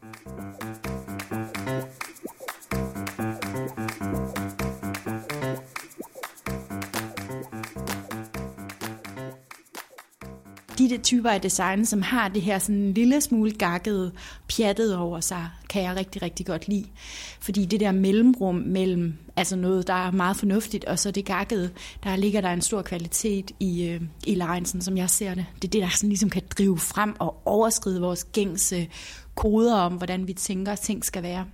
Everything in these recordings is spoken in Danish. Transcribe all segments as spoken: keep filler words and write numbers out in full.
De der typer af design, som har det her sådan en lille smule gakkede, pjattede over sig, kan jeg rigtig, rigtig godt lide. Fordi det der mellemrum mellem altså noget, der er meget fornuftigt, og så det gakkede, der ligger der en stor kvalitet i, øh, i lejen, sådan som jeg ser det. Det er det, der sådan ligesom kan drive frem og overskride vores gængse koder om, hvordan vi tænker, at ting skal være.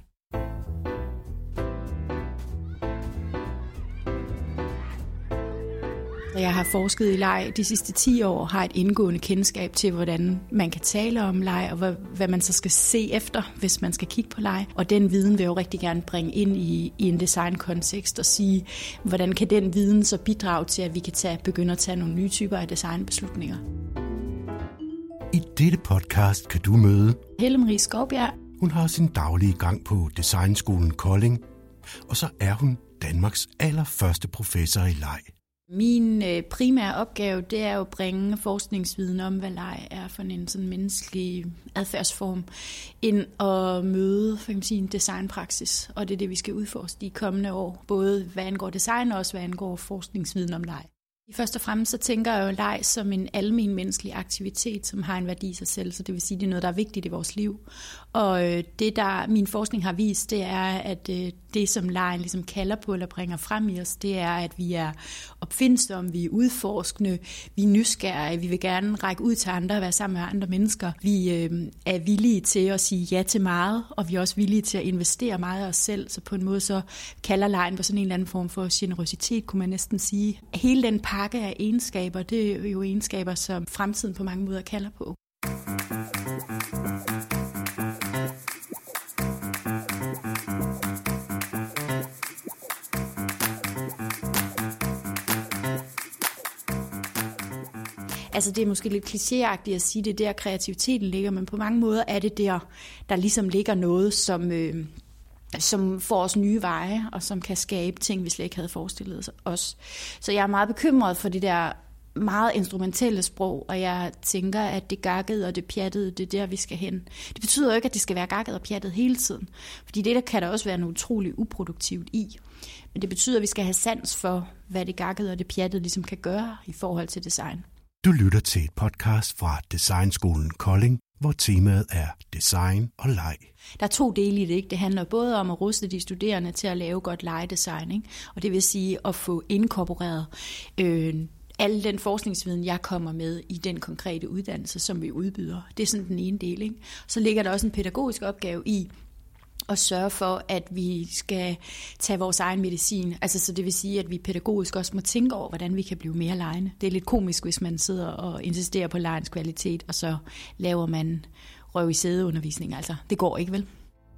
Jeg har forsket i leg de sidste ti år, har et indgående kendskab til, hvordan man kan tale om leg, og hvad, hvad man så skal se efter, hvis man skal kigge på leg. Og den viden vil jeg jo rigtig gerne bringe ind i, i en designkontekst og sige, hvordan kan den viden så bidrage til, at vi kan tage, begynde at tage nogle nye typer af designbeslutninger. I dette podcast kan du møde Helle Marie Skovbjerg. Hun har sin daglige gang på Designskolen Kolding, og så er hun Danmarks allerførste professor i leg. Min øh, primære opgave, det er jo at bringe forskningsviden om, hvad leg er for en sådan menneskelig adfærdsform, ind og møde for kan sige, en designpraksis. Og det er det, vi skal udforske de kommende år, både hvad angår design og også hvad angår forskningsviden om leg. Først og fremmest så tænker jeg jo leg som en almen menneskelig aktivitet, som har en værdi i sig selv, så det vil sige, det er noget, der er vigtigt i vores liv. Og det, der min forskning har vist, det er, at det, som legen ligesom kalder på eller bringer frem i os, det er, at vi er opfindsomme, vi er udforskende, vi er nysgerrige, vi vil gerne række ud til andre og være sammen med andre mennesker. Vi øh, er villige til at sige ja til meget, og vi er også villige til at investere meget af os selv, så på en måde så kalder legen på sådan en eller anden form for generøsitet, kunne man næsten sige. Hele den pakke af egenskaber, det er jo egenskaber, som fremtiden på mange måder kalder på. Altså det er måske lidt klichéagtigt at sige, det der kreativiteten ligger, men på mange måder er det der, der ligesom ligger noget, som, øh, som får os nye veje, og som kan skabe ting, vi slet ikke havde forestillet os. Så jeg er meget bekymret for det der meget instrumentelle sprog, og jeg tænker, at det gakkede og det pjattede, det er der, vi skal hen. Det betyder jo ikke, at det skal være gakket og pjattet hele tiden, fordi det der kan der også være noget utroligt uproduktivt i. Men det betyder, at vi skal have sans for, hvad det gakkede og det pjattede ligesom kan gøre i forhold til design. Du lytter til et podcast fra Designskolen Kolding, hvor temaet er design og leg. Der er to dele i det, ikke? Det handler både om at ruste de studerende til at lave godt legedesign, ikke? Og det vil sige at få inkorporeret øh, al den forskningsviden, jeg kommer med i den konkrete uddannelse, som vi udbyder. Det er sådan den ene del, ikke? Så ligger der også en pædagogisk opgave i og sørge for, at vi skal tage vores egen medicin. Altså, så det vil sige, at vi pædagogisk også må tænke over, hvordan vi kan blive mere legende. Det er lidt komisk, hvis man sidder og insisterer på legens kvalitet, og så laver man røv i sædeundervisning. Altså, det går ikke, vel?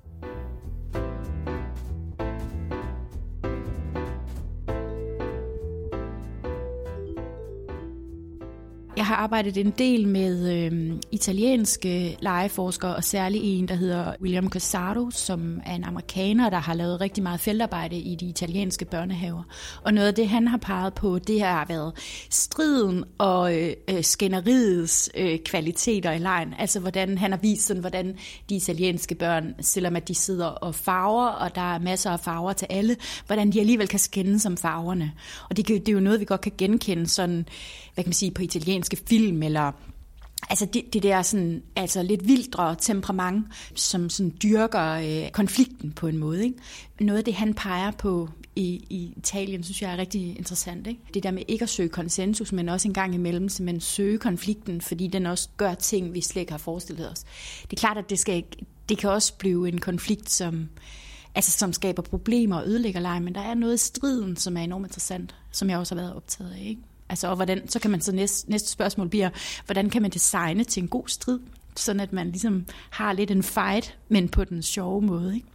Jeg har arbejdet en del med øh, italienske legeforskere, og særligt en, der hedder William Casado, som er en amerikaner, der har lavet rigtig meget feltarbejde i de italienske børnehaver. Og noget af det, han har peget på, det har været striden og øh, skænderiets øh, kvaliteter i legen. Altså, hvordan han har vist, sådan, hvordan de italienske børn, selvom at de sidder og farver, og der er masser af farver til alle, hvordan de alligevel kan skændes om farverne. Og det, det er jo noget, vi godt kan genkende sådan, hvad kan man sige, på italienske film, eller altså det, det der sådan, altså lidt vildre temperament, som sådan dyrker øh, konflikten på en måde, ikke? Noget af det, han peger på i, i Italien, synes jeg er rigtig interessant, ikke? Det der med ikke at søge konsensus, men også en gang imellem, men søge konflikten, fordi den også gør ting, vi slet ikke har forestillet os. Det er klart, at det, skal, det kan også blive en konflikt, som altså som skaber problemer og ødelægger leg, men der er noget i striden, som er enormt interessant, som jeg også har været optaget af, ikke? Altså, og hvordan, så kan man så næste, næste spørgsmål bliver, hvordan kan man designe til en god strid, sådan at man ligesom har lidt en fight, men på den sjove måde, ikke?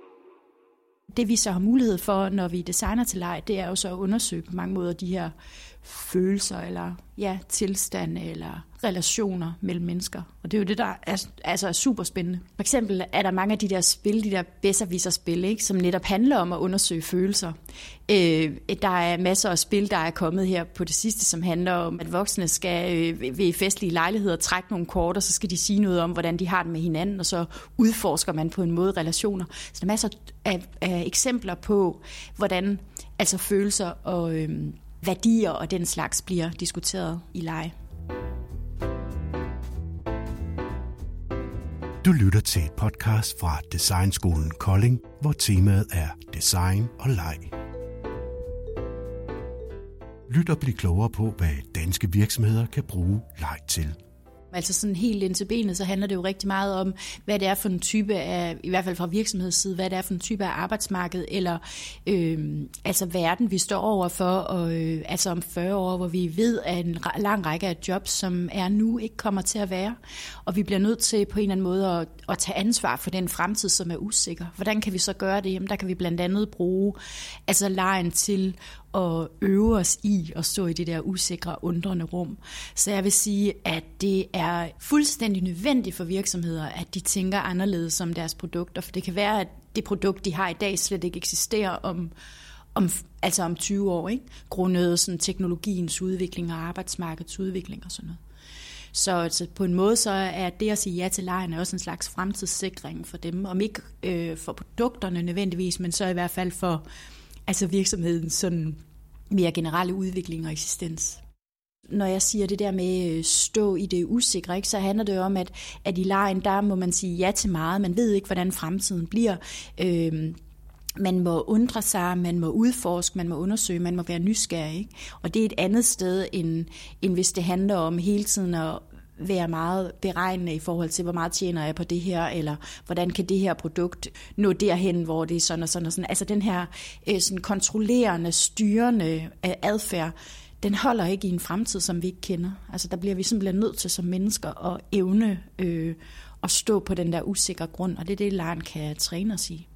Det vi så har mulighed for, når vi designer til leg, det er jo så at undersøge på mange måder de her følelser, eller ja, tilstande, eller relationer mellem mennesker. Og det er jo det, der er, altså er super spændende. For eksempel er der mange af de der spil, de der besserwisser-spil, ikke, som netop handler om at undersøge følelser. Øh, der er masser af spil, der er kommet her på det sidste, som handler om, at voksne skal øh, ved festlige lejligheder trække nogle kort, og så skal de sige noget om, hvordan de har det med hinanden, og så udforsker man på en måde relationer. Så der er masser af, af eksempler på, hvordan altså følelser og øh, værdier og den slags bliver diskuteret i lege. Du lytter til et podcast fra Designskolen Kolding, hvor temaet er design og leg. Lyt og bliv klogere på, hvad danske virksomheder kan bruge leg til. Altså sådan helt ind til benet, så handler det jo rigtig meget om, hvad det er for en type af, i hvert fald fra virksomhedsside, hvad det er for en type af arbejdsmarked, eller øh, altså verden, vi står over for, og øh, altså om fyrre år, hvor vi ved, at en lang række af jobs, som er nu, ikke kommer til at være. Og vi bliver nødt til på en eller anden måde at, at tage ansvar for den fremtid, som er usikker. Hvordan kan vi så gøre det? Jamen, der kan vi blandt andet bruge altså legen til at øve os i at stå i det der usikre, undrende rum. Så jeg vil sige, at det er fuldstændig nødvendigt for virksomheder, at de tænker anderledes om deres produkter, for det kan være, at det produkt, de har i dag, slet ikke eksisterer om, om, altså om tyve år, ikke? Grundet sådan teknologiens udvikling og arbejdsmarkedets udvikling og sådan noget. Så altså, på en måde så er det at sige ja til legen også en slags fremtidssikring for dem, om ikke øh, for produkterne nødvendigvis, men så i hvert fald for altså virksomhedens sådan mere generelle udvikling og eksistens. Når jeg siger det der med stå i det usikre, ikke, så handler det jo om, at, at i legen, der må man sige ja til meget. Man ved ikke, hvordan fremtiden bliver. Øhm, man må undre sig, man må udforske, man må undersøge, man må være nysgerrig. Ikke? Og det er et andet sted, end, end hvis det handler om hele tiden at være meget beregnende i forhold til, hvor meget tjener jeg på det her, eller hvordan kan det her produkt nå derhen, hvor det er sådan og sådan og sådan. Altså den her øh, sådan kontrollerende, styrende øh, adfærd, den holder ikke i en fremtid, som vi ikke kender. Altså der bliver vi simpelthen nødt til som mennesker at evne øh, at stå på den der usikre grund, og det er det, legen kan træne os i.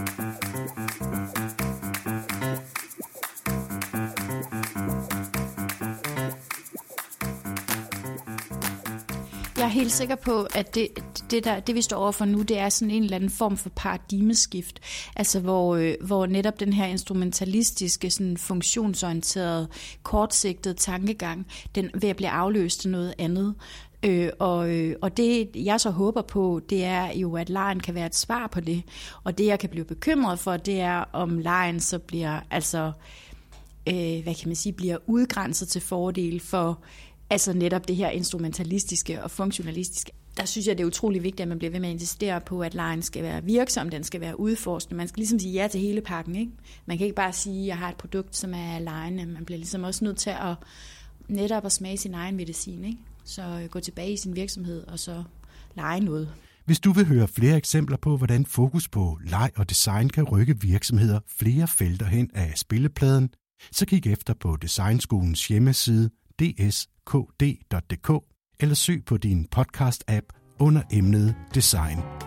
Jeg er helt sikker på, at det, det, der, det vi står overfor nu, det er sådan en eller anden form for paradigmeskift, altså hvor, øh, hvor netop den her instrumentalistiske, sådan funktionsorienterede, kortsigtede tankegang, den ved at blive afløst til noget andet. Øh, og, øh, og det, jeg så håber på, det er jo, at legen kan være et svar på det. Og det, jeg kan blive bekymret for, det er, om legen så bliver, altså, øh, hvad kan man sige, bliver udgrænset til fordel for altså netop det her instrumentalistiske og funktionalistiske. Der synes jeg, det er utrolig vigtigt, at man bliver ved med at insistere på, at legen skal være virksom, den skal være udforskende. Man skal ligesom sige ja til hele pakken, ikke? Man kan ikke bare sige, at jeg har et produkt, som er legende. Man bliver ligesom også nødt til at netop at smage sin egen medicin, ikke? Så gå tilbage i sin virksomhed og så lege noget. Hvis du vil høre flere eksempler på, hvordan fokus på leg og design kan rykke virksomheder flere felter hen af spillepladen, så kig efter på Designskolens hjemmeside d s k d punktum d k eller søg på din podcast-app under emnet Design.